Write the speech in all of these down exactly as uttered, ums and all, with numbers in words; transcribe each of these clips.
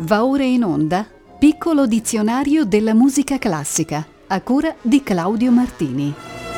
Va ora in onda Piccolo dizionario della musica classica, a cura di Claudio Martini.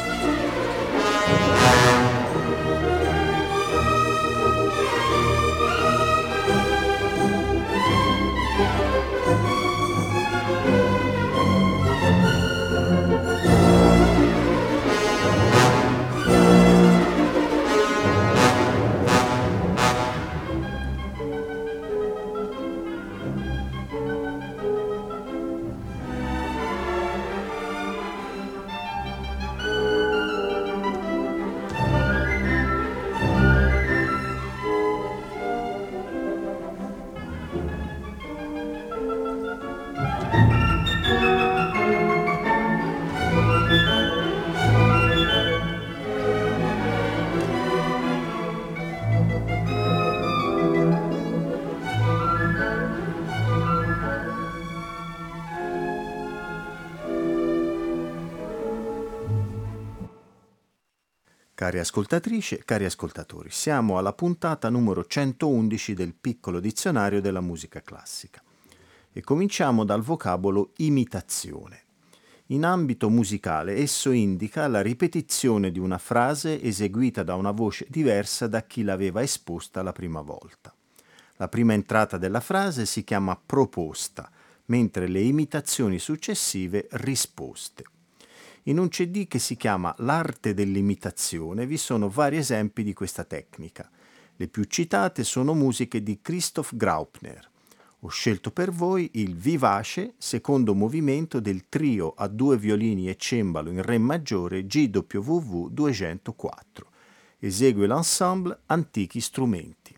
Cari ascoltatrici e cari ascoltatori, siamo alla puntata numero centoundici del Piccolo dizionario della musica classica e cominciamo dal vocabolo imitazione. In ambito musicale esso indica la ripetizione di una frase eseguita da una voce diversa da chi l'aveva esposta la prima volta. La prima entrata della frase si chiama proposta, mentre le imitazioni successive risposte. In un C D che si chiama L'arte dell'imitazione vi sono vari esempi di questa tecnica. Le più citate sono musiche di Christoph Graupner. Ho scelto per voi il vivace secondo movimento del trio a due violini e cembalo in Re maggiore G W V duecentoquattro. Esegue l'ensemble Antichi strumenti.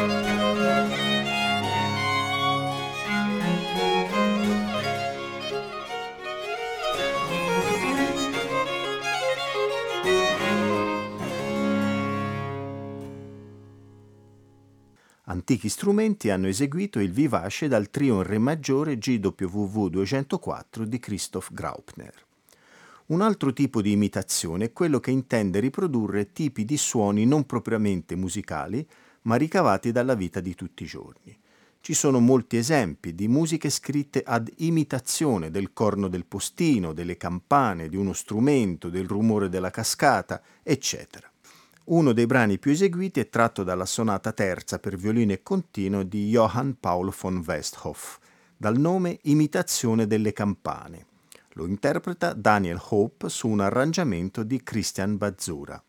Antichi strumenti hanno eseguito il vivace dal trio in re maggiore G W V duecentoquattro di Christoph Graupner. Un altro tipo di imitazione è quello che intende riprodurre tipi di suoni non propriamente musicali, ma ricavati dalla vita di tutti i giorni. Ci sono molti esempi di musiche scritte ad imitazione del corno del postino, delle campane, di uno strumento, del rumore della cascata, eccetera. Uno dei brani più eseguiti è tratto dalla sonata terza per violino e continuo di Johann Paul von Westhoff, dal nome Imitazione delle campane. Lo interpreta Daniel Hope su un arrangiamento di Christian Bazzura.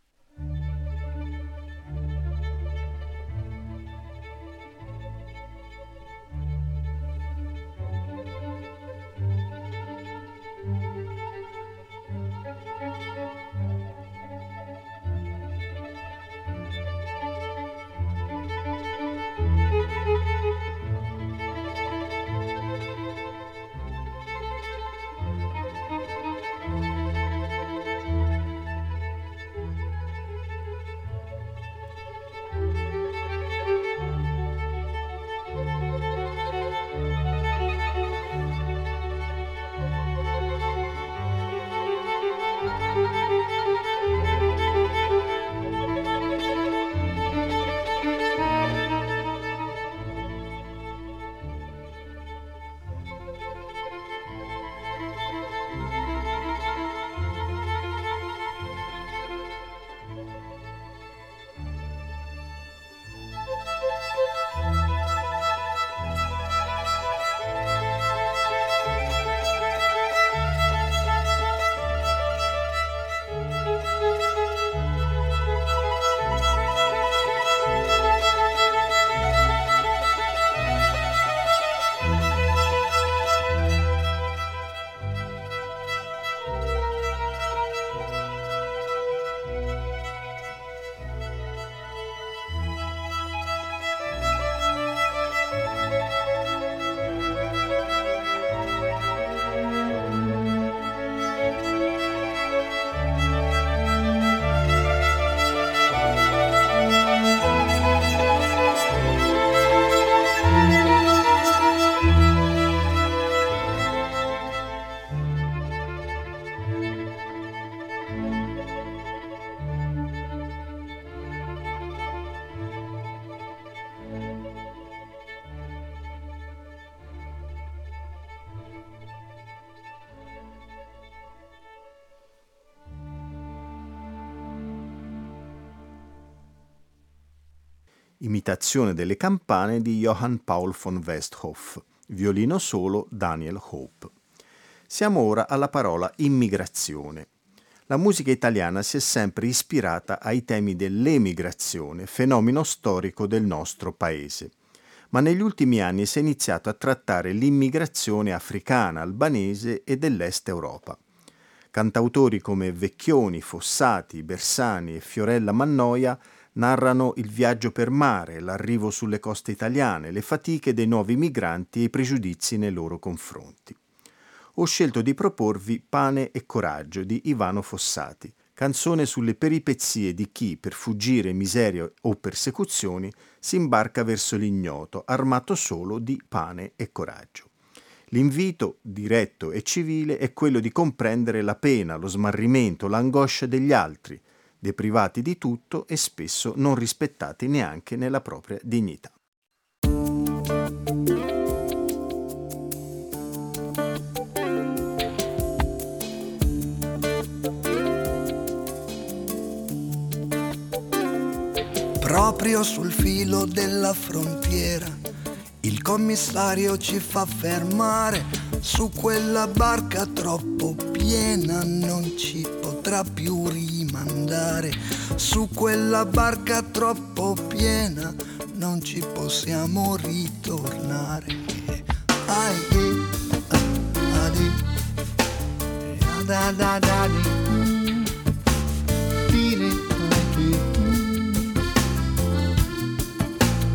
Imitazione delle campane di Johann Paul von Westhoff, violino solo Daniel Hope. Siamo ora alla parola immigrazione. La musica italiana si è sempre ispirata ai temi dell'emigrazione, fenomeno storico del nostro paese. Ma negli ultimi anni si è iniziato a trattare l'immigrazione africana, albanese e dell'Est Europa. Cantautori come Vecchioni, Fossati, Bersani e Fiorella Mannoia narrano il viaggio per mare, l'arrivo sulle coste italiane, le fatiche dei nuovi migranti e i pregiudizi nei loro confronti. Ho scelto di proporvi Pane e coraggio di Ivano Fossati, canzone sulle peripezie di chi, per fuggire miserie o persecuzioni, si imbarca verso l'ignoto, armato solo di pane e coraggio. L'invito, diretto e civile, è quello di comprendere la pena, lo smarrimento, l'angoscia degli altri, deprivati di tutto e spesso non rispettati neanche nella propria dignità. Proprio sul filo della frontiera, il commissario ci fa fermare. Su quella barca troppo piena non ci potrà più rimandare. Su quella barca troppo piena non ci possiamo ritornare. Ai, adi, da da da di, di, di.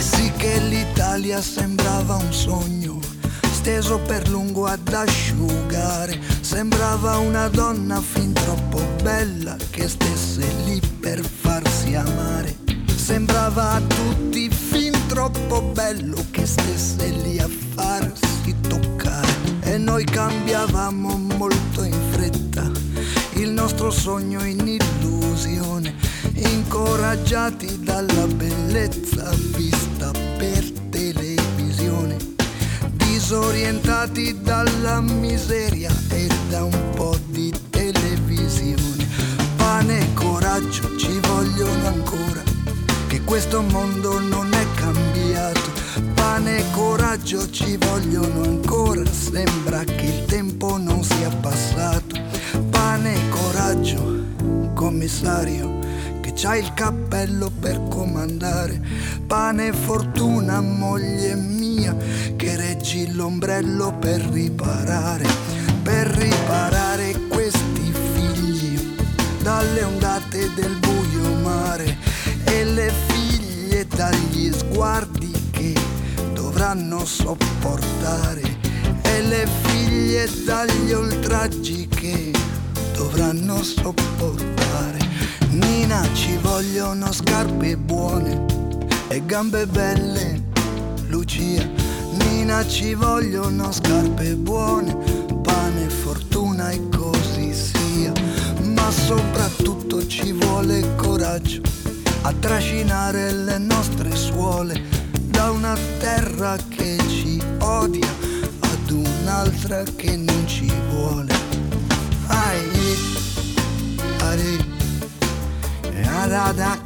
Sì che l'Italia sembrava un sogno, steso per lungo ad asciugare. Sembrava una donna fin troppo bella che stesse lì per farsi amare. Sembrava a tutti fin troppo bello che stesse lì a farsi toccare. E noi cambiavamo molto in fretta il nostro sogno in illusione, incoraggiati dalla bellezza vista per televisione, disorientati dalla miseria e da un po' di televisione. Pane e coraggio ci vogliono ancora, che questo mondo non è cambiato. Pane e coraggio ci vogliono ancora, sembra che il tempo non sia passato. Pane e coraggio, commissario, che c'hai il cappello per comandare. Pane e fortuna, moglie mia, che reggi l'ombrello per riparare, per riparare questi figli dalle ondate del buio mare, e le figlie dagli sguardi che dovranno sopportare, e le figlie dagli oltraggi che dovranno sopportare. Nina, ci vogliono scarpe buone e gambe belle, Lucia. Nina, ci vogliono scarpe buone, pane, fortuna e così sia. Ma soprattutto ci vuole coraggio a trascinare le nostre suole da una terra che ci odia ad un'altra che non ci vuole. Ai, ai, da da,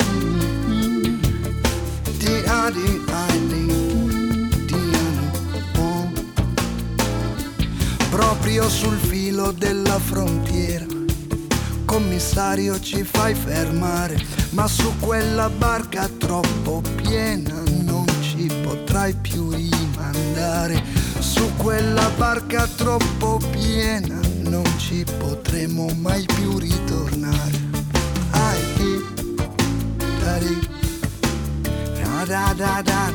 di da di proprio sul filo della frontiera, commissario, ci fai fermare, ma su quella barca troppo piena non ci potrai più rimandare. Su quella barca troppo piena non ci potremo mai più ritornare. Ai, da di, da da da da,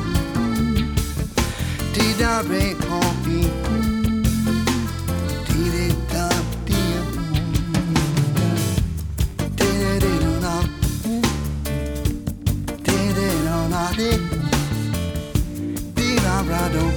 di da be oh di, di di da di, di di di na, di di na na di, di na ra do.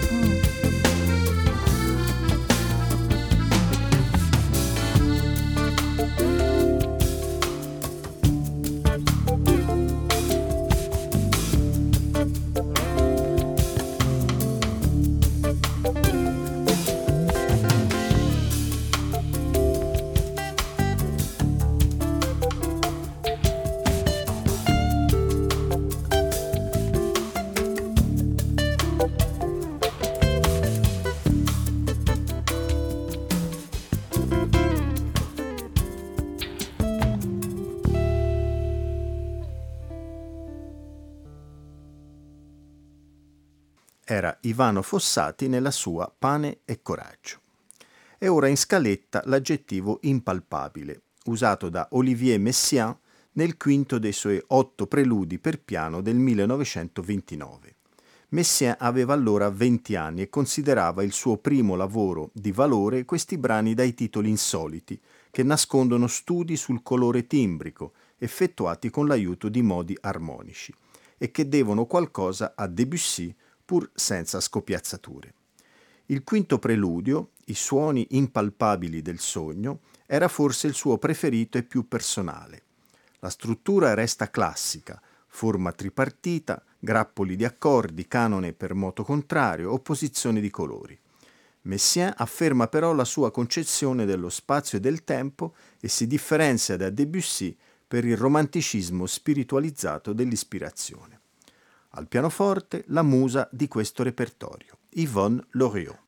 Era Ivano Fossati nella sua Pane e coraggio. E ora in scaletta l'aggettivo impalpabile, usato da Olivier Messiaen nel quinto dei suoi otto preludi per piano del millenovecentoventinove. Messiaen aveva allora venti anni e considerava il suo primo lavoro di valore questi brani dai titoli insoliti, che nascondono studi sul colore timbrico, effettuati con l'aiuto di modi armonici, e che devono qualcosa a Debussy, pur senza scopiazzature. Il quinto preludio, I suoni impalpabili del sogno, era forse il suo preferito e più personale. La struttura resta classica, forma tripartita, grappoli di accordi, canone per moto contrario, opposizione di colori. Messiaen afferma però la sua concezione dello spazio e del tempo e si differenzia da Debussy per il romanticismo spiritualizzato dell'ispirazione. Al pianoforte la musa di questo repertorio, Yvonne Loriot.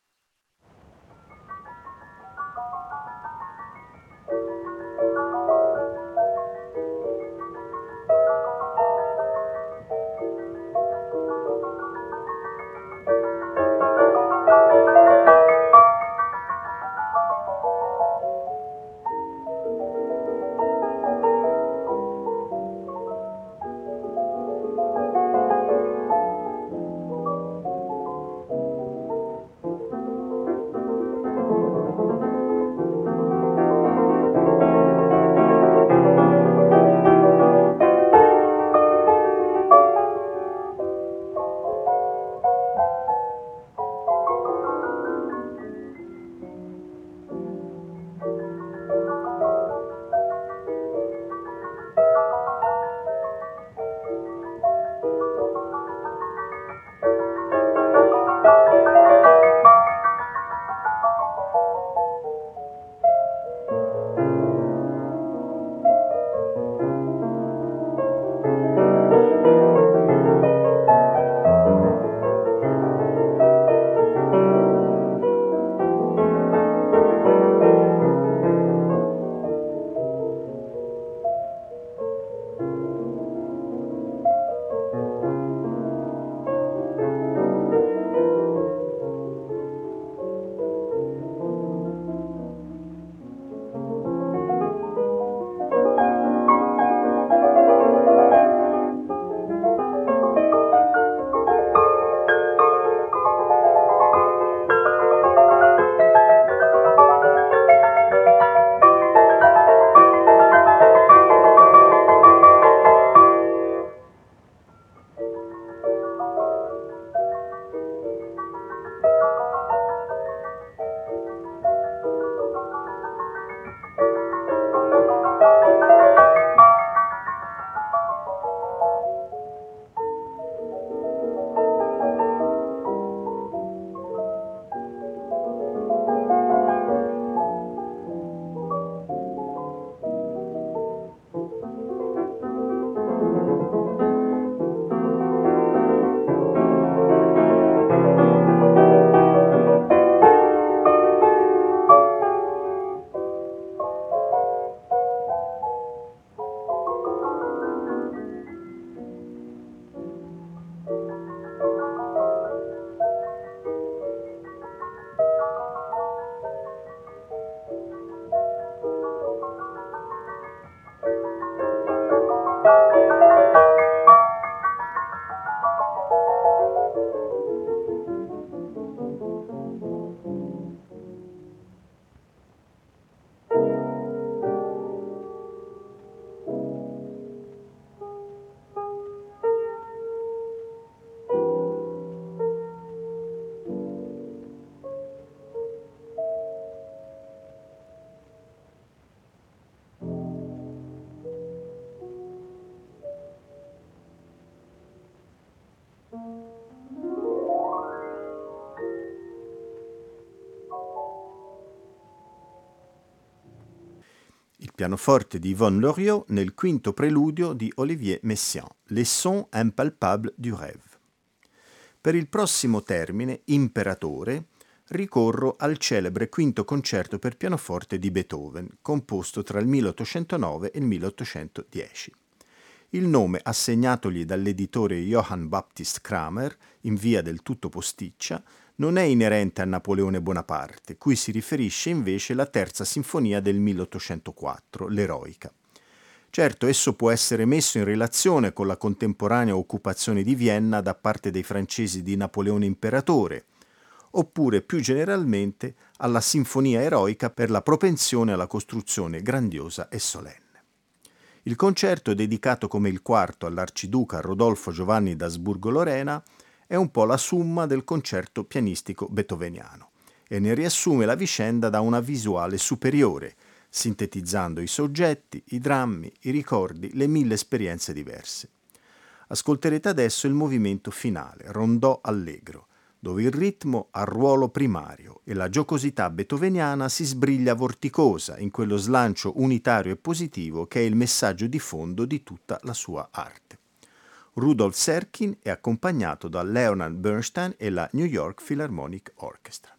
pianoforte di Yvonne Loriot nel quinto preludio di Olivier Messiaen, Les sons impalpables du rêve. Per il prossimo termine, imperatore, ricorro al celebre quinto concerto per pianoforte di Beethoven, composto tra il milleottocentonove e il milleottocentodieci. Il nome assegnatogli dall'editore Johann Baptist Kramer, in via del tutto posticcia, non è inerente a Napoleone Bonaparte, cui si riferisce invece la terza sinfonia del milleottocentoquattro, l'Eroica. Certo, esso può essere messo in relazione con la contemporanea occupazione di Vienna da parte dei francesi di Napoleone Imperatore, oppure più generalmente alla sinfonia eroica per la propensione alla costruzione grandiosa e solenne. Il concerto, dedicato come il quarto all'arciduca Rodolfo Giovanni d'Asburgo-Lorena, è un po' la summa del concerto pianistico beethoveniano e ne riassume la vicenda da una visuale superiore, sintetizzando i soggetti, i drammi, i ricordi, le mille esperienze diverse. Ascolterete adesso il movimento finale, rondò allegro, dove il ritmo ha ruolo primario e la giocosità beethoveniana si sbriglia vorticosa in quello slancio unitario e positivo che è il messaggio di fondo di tutta la sua arte. Rudolf Serkin è accompagnato da Leonard Bernstein e la New York Philharmonic Orchestra.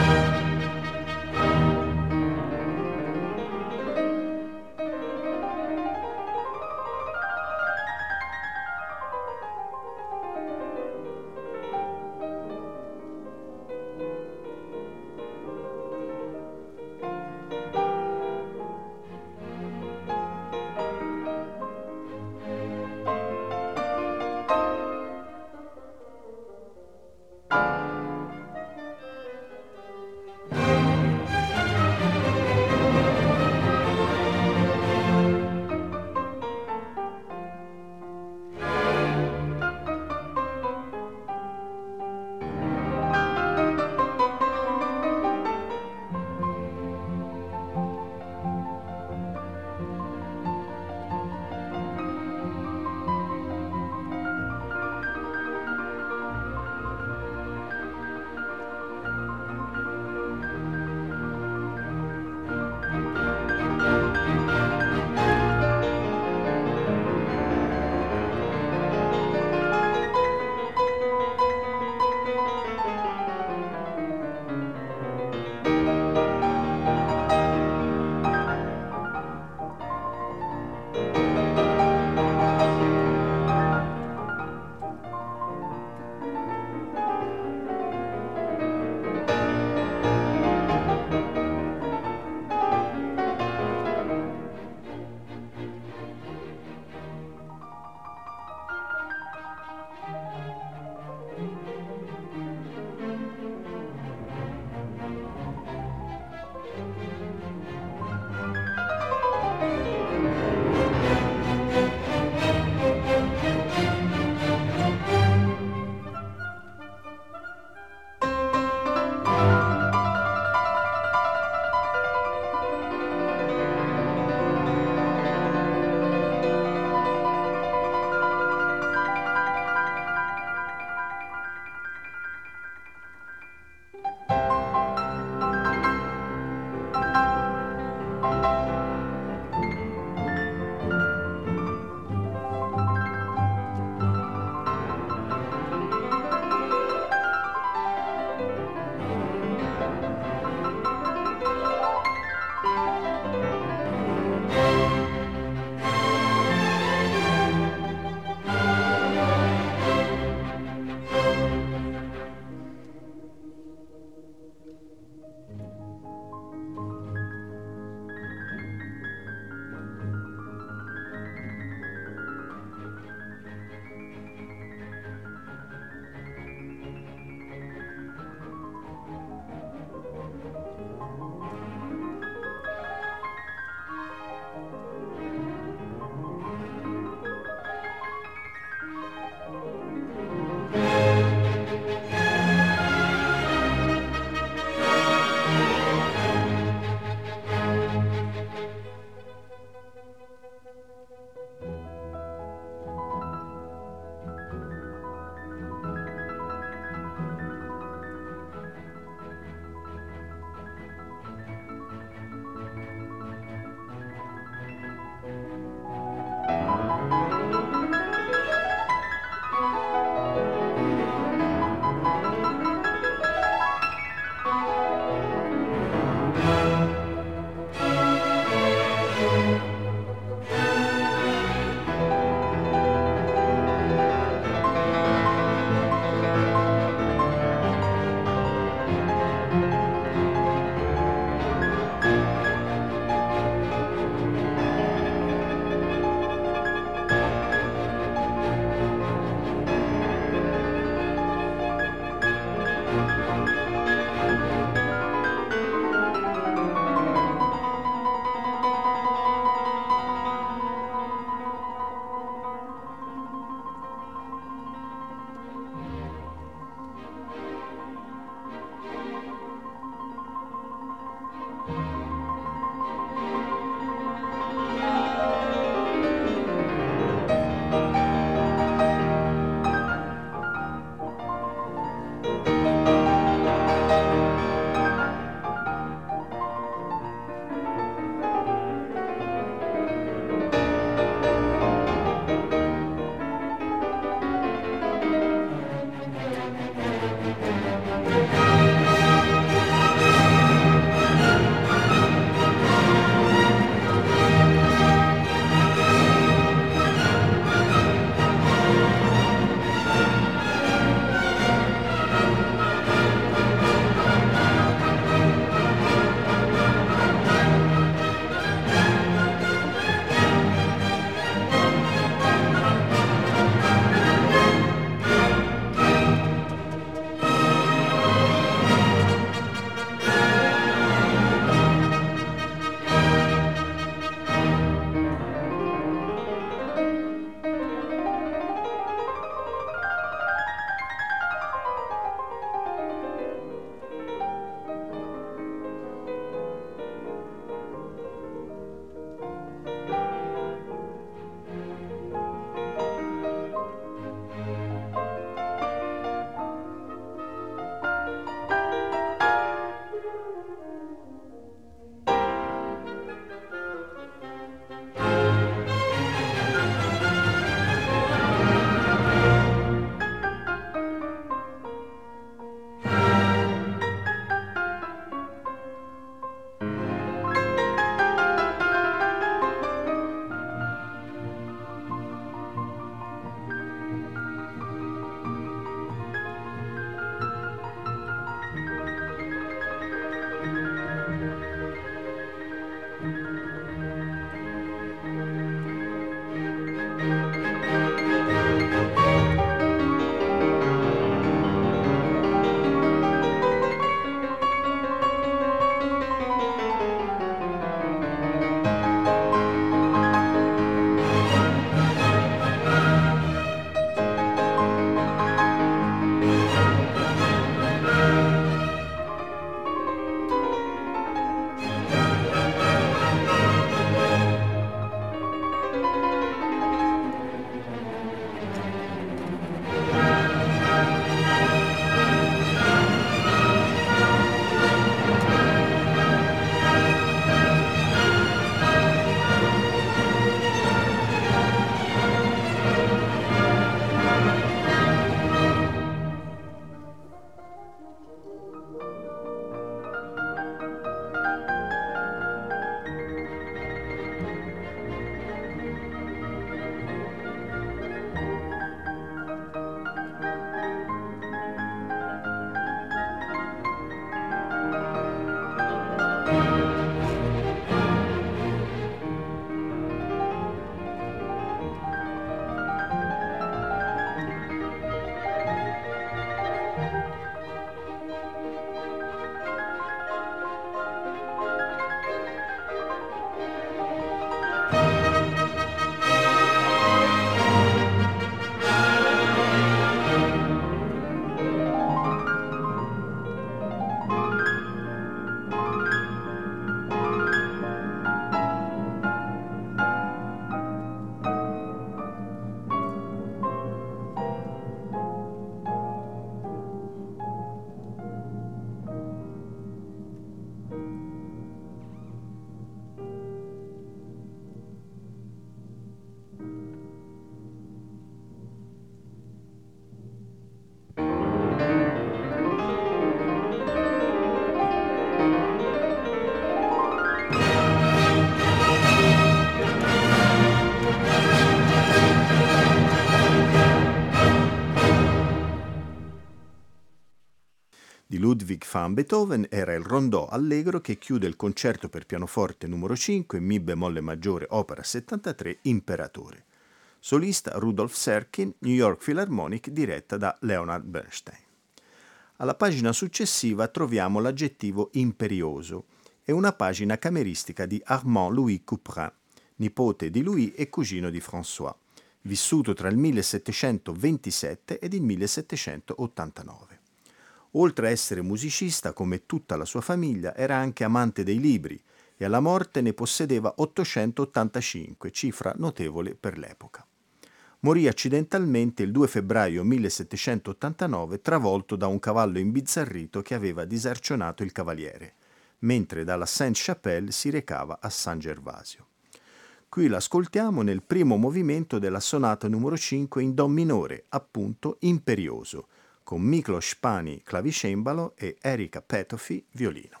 di Ludwig van Beethoven era il rondò allegro che chiude il concerto per pianoforte numero cinque, Mi bemolle maggiore, opera settantatré, Imperatore. Solista Rudolf Serkin, New York Philharmonic, diretta da Leonard Bernstein. Alla pagina successiva troviamo l'aggettivo imperioso e una pagina cameristica di Armand Louis Couperin, nipote di Louis e cugino di François, vissuto tra il millesettecentoventisette ed il millesettecentottantanove. Oltre a essere musicista, come tutta la sua famiglia, era anche amante dei libri e alla morte ne possedeva ottocentottantacinque, cifra notevole per l'epoca. Morì accidentalmente il due febbraio millesettecentottantanove, travolto da un cavallo imbizzarrito che aveva disarcionato il cavaliere, mentre dalla Sainte-Chapelle si recava a San Gervasio. Qui l'ascoltiamo nel primo movimento della sonata numero cinque in Do minore, appunto imperioso, con Miklos Pani clavicembalo e Erika Petofi violino.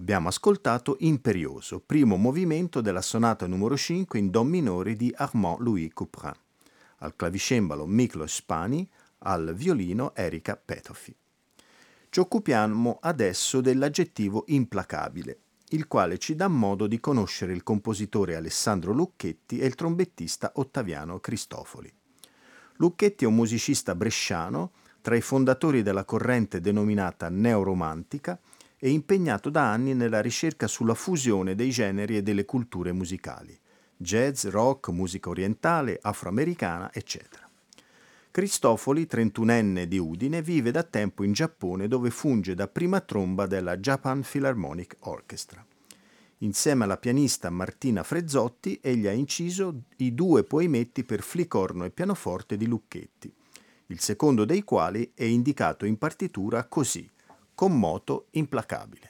Abbiamo ascoltato Imperioso, primo movimento della sonata numero cinque in Do minore di Armand Louis Couperin. Al clavicembalo Miklos Spani, al violino Erika Petoffi. Ci occupiamo adesso dell'aggettivo implacabile, il quale ci dà modo di conoscere il compositore Alessandro Lucchetti e il trombettista Ottaviano Cristofoli. Lucchetti è un musicista bresciano, tra i fondatori della corrente denominata neoromantica e impegnato da anni nella ricerca sulla fusione dei generi e delle culture musicali, jazz, rock, musica orientale, afroamericana, eccetera. Cristofoli, trentunenne di Udine, vive da tempo in Giappone dove funge da prima tromba della Japan Philharmonic Orchestra. Insieme alla pianista Martina Frezzotti egli ha inciso i due poemetti per flicorno e pianoforte di Lucchetti, il secondo dei quali è indicato in partitura così, con moto implacabile.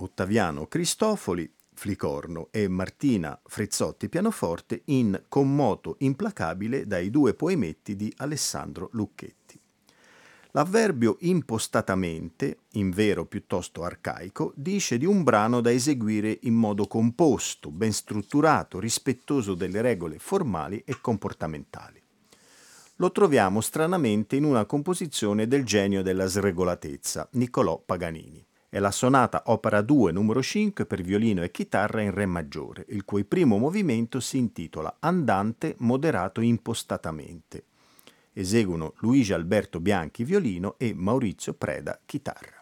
Ottaviano Cristofoli, flicorno, e Martina Frizzotti, pianoforte, in Con moto implacabile dai due poemetti di Alessandro Lucchetti. L'avverbio impostatamente, in vero piuttosto arcaico, dice di un brano da eseguire in modo composto, ben strutturato, rispettoso delle regole formali e comportamentali. Lo troviamo stranamente in una composizione del genio della sregolatezza, Niccolò Paganini. È la sonata opera due numero cinque per violino e chitarra in re maggiore, il cui primo movimento si intitola Andante moderato impostatamente. Eseguono Luigi Alberto Bianchi violino e Maurizio Preda chitarra.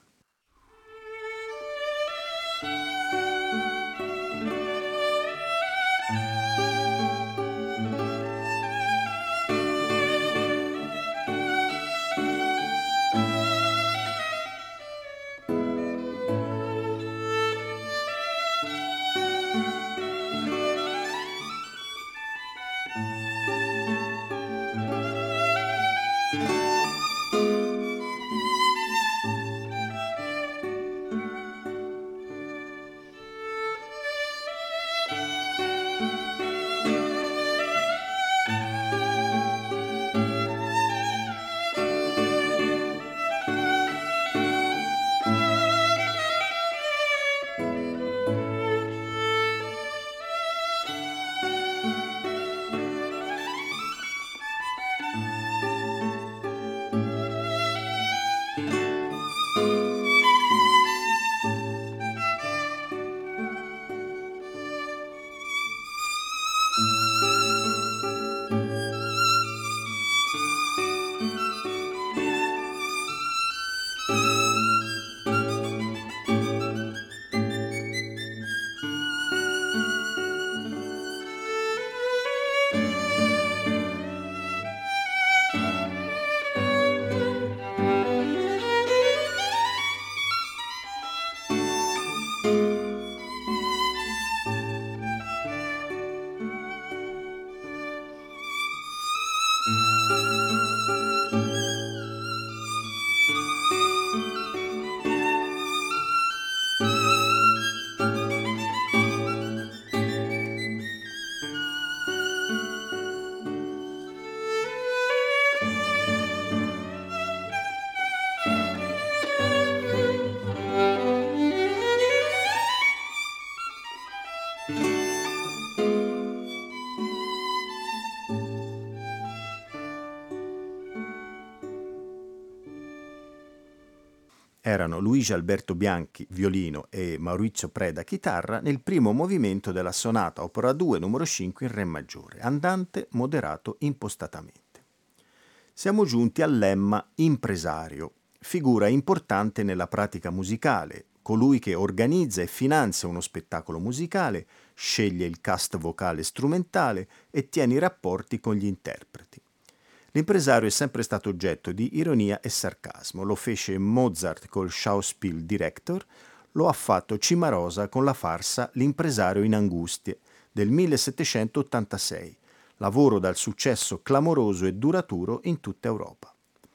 Erano Luigi Alberto Bianchi violino e Maurizio Preda chitarra nel primo movimento della sonata opera due numero cinque in re maggiore, andante moderato impostatamente. Siamo giunti al lemma impresario, figura importante nella pratica musicale, colui che organizza e finanzia uno spettacolo musicale, sceglie il cast vocale strumentale e tiene i rapporti con gli interpreti. L'impresario è sempre stato oggetto di ironia e sarcasmo. Lo fece Mozart col Schauspieldirektor, lo ha fatto Cimarosa con la farsa L'impresario in angustie del millesettecentottantasei, lavoro dal successo clamoroso e duraturo in tutta Europa.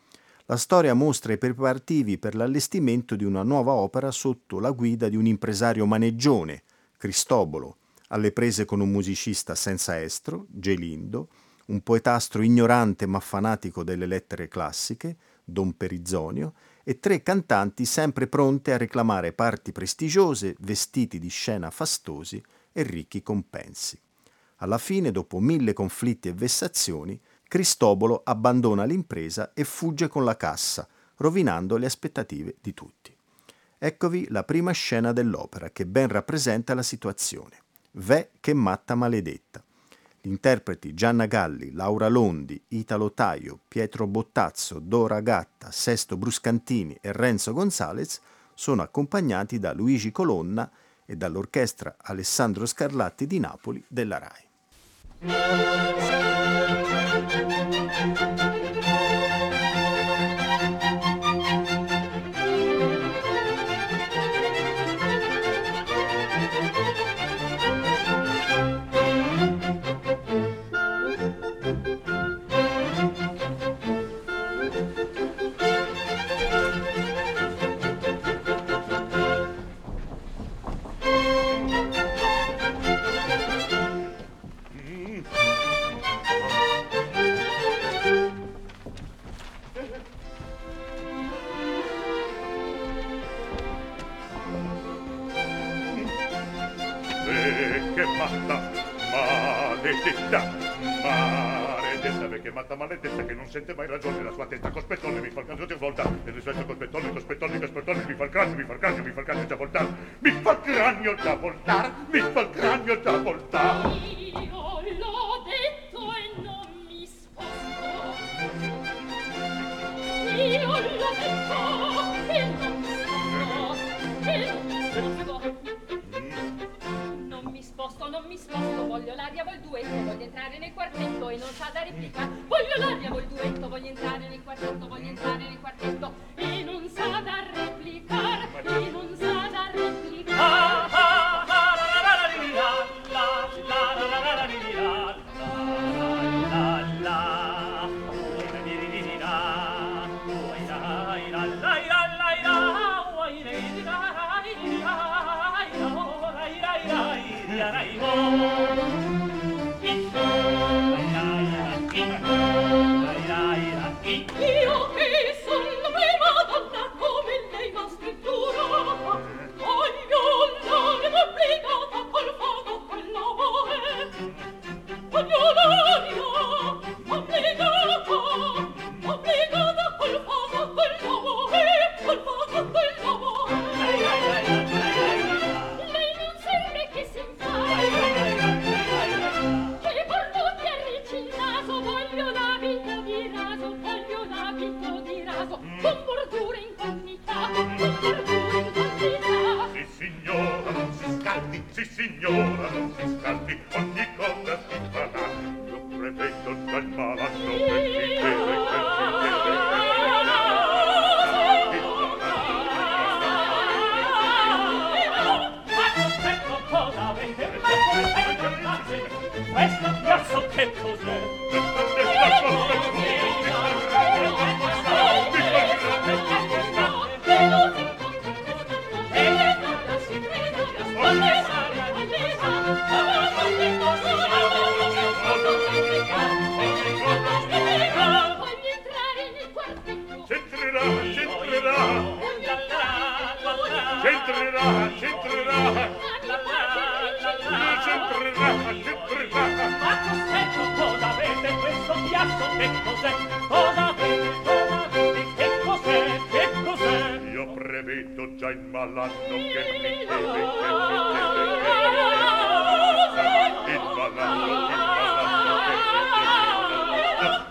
La storia mostra i preparativi per l'allestimento di una nuova opera sotto la guida di un impresario maneggione, Cristobolo, alle prese con un musicista senza estro, Gelindo, un poetastro ignorante ma fanatico delle lettere classiche, Don Perizonio, e tre cantanti sempre pronte a reclamare parti prestigiose, vestiti di scena fastosi e ricchi compensi. Alla fine, dopo mille conflitti e vessazioni, Cristobolo abbandona l'impresa e fugge con la cassa, rovinando le aspettative di tutti. Eccovi la prima scena dell'opera, che ben rappresenta la situazione. V'è che matta maledetta. Gli interpreti Gianna Galli, Laura Londi, Italo Taio, Pietro Bottazzo, Dora Gatta, Sesto Bruscantini e Renzo Gonzalez sono accompagnati da Luigi Colonna e dall'orchestra Alessandro Scarlatti di Napoli della RAI. che matta, maledetta, maledetta, perché matta maledetta che non sente mai ragione, la sua testa cospettone mi fa il cranio di volta, e le sue cospettone, cospettone, cospettone, mi fa il cranio, mi fa il cranio, mi fa il cranio da voltar, mi fa il cranio da voltar, mi fa il cranio da voltar. Io l'ho detto e non mi sposto, io l'ho detto e non mi sposto, e non mi sposto. Non mi sposto, non mi sposto, voglio l'aria, voglio il duetto, voglio entrare nel quartetto e non sa da replica. Voglio l'aria, voglio il duetto, voglio entrare nel quartetto, voglio entrare nel quartetto e non sa da replicare, e non sa da replicare. Io che sono prima donna come lei m'ha scrittura, voglio l'aria obbligata col fuoco col l'amore, voglio l'aria obbligata, obbligata col fuoco col l'amore, col fuoco col l'amore. Lei non sembra che si infari, che borbotti arricci il naso, voglio l'abito di raso, voglio l'abito di raso, con bordure in quantità, con bordure in quantità. Sì signora, non si scaldi, sì signora, non si scaldi, ogni cosa si farà. Io prevedo già il malanno che mi deve, che mi Questo piazzo che cos'è? C'entrerà, c'entrerà, c'entrerà, c'entrerà, c'entrerà, c'entrerà. Ma cospetto, cosa avete questo piatto? Che cos'è? Cosa avete? Cosa avete? Che cos'è? Che cos'è? Io prevedo già il malanno che mi deve, che mi deve, che mi deve. Il malanno, il malanno che mi deve.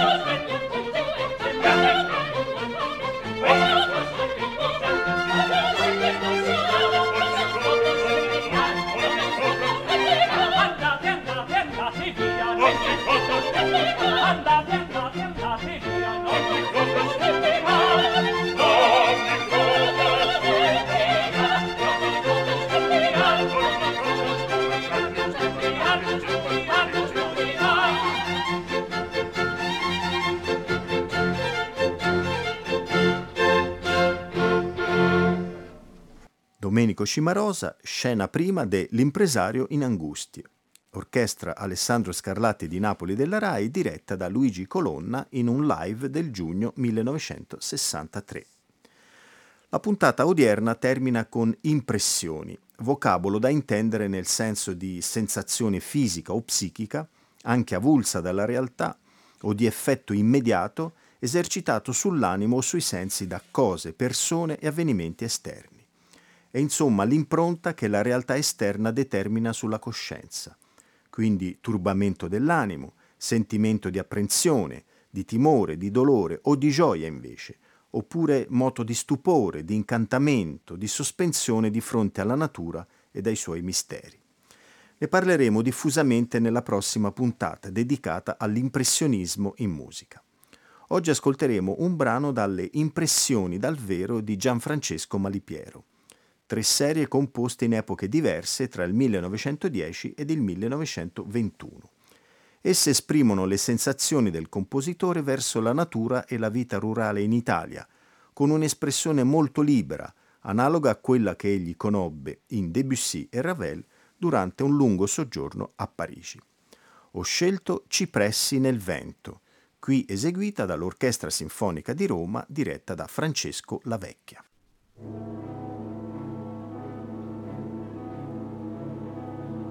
Andate, andate, andate via. Andate, andate, andate via. Ogni cosa scoprirà, ogni cosa Domenico Cimarosa, scena prima de L'impresario in angustie. Orchestra Alessandro Scarlatti di Napoli della Rai, diretta da Luigi Colonna in un live del giugno millenovecentosessantatré. La puntata odierna termina con impressioni, vocabolo da intendere nel senso di sensazione fisica o psichica, anche avulsa dalla realtà, o di effetto immediato esercitato sull'animo o sui sensi da cose, persone e avvenimenti esterni. È insomma l'impronta che la realtà esterna determina sulla coscienza. Quindi turbamento dell'animo, sentimento di apprensione, di timore, di dolore o di gioia invece, oppure moto di stupore, di incantamento, di sospensione di fronte alla natura e ai suoi misteri. Ne parleremo diffusamente nella prossima puntata dedicata all'impressionismo in musica. Oggi ascolteremo un brano dalle Impressioni dal vero di Gianfrancesco Malipiero. Tre serie composte in epoche diverse tra il millenovecentodieci ed il millenovecentoventuno. Esse esprimono le sensazioni del compositore verso la natura e la vita rurale in Italia, con un'espressione molto libera, analoga a quella che egli conobbe in Debussy e Ravel durante un lungo soggiorno a Parigi. Ho scelto Cipressi nel vento, qui eseguita dall'Orchestra Sinfonica di Roma diretta da Francesco Lavecchia.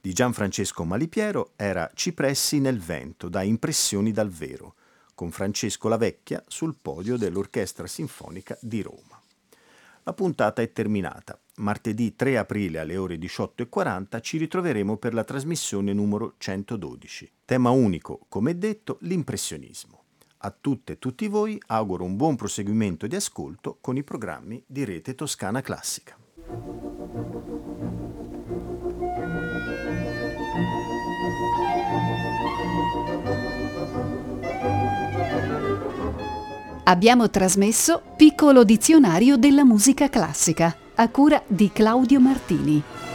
di Gianfrancesco Malipiero era Cipressi nel vento, da Impressioni dal vero, con Francesco Lavecchia sul podio dell'Orchestra Sinfonica di Roma. La puntata è terminata. Martedì tre aprile alle ore diciotto e quaranta ci ritroveremo per la trasmissione numero centododici. Tema unico, come detto, l'impressionismo. A tutte e tutti voi auguro un buon proseguimento di ascolto con i programmi di Rete Toscana Classica. Abbiamo trasmesso Piccolo dizionario della musica classica, a cura di Claudio Martini.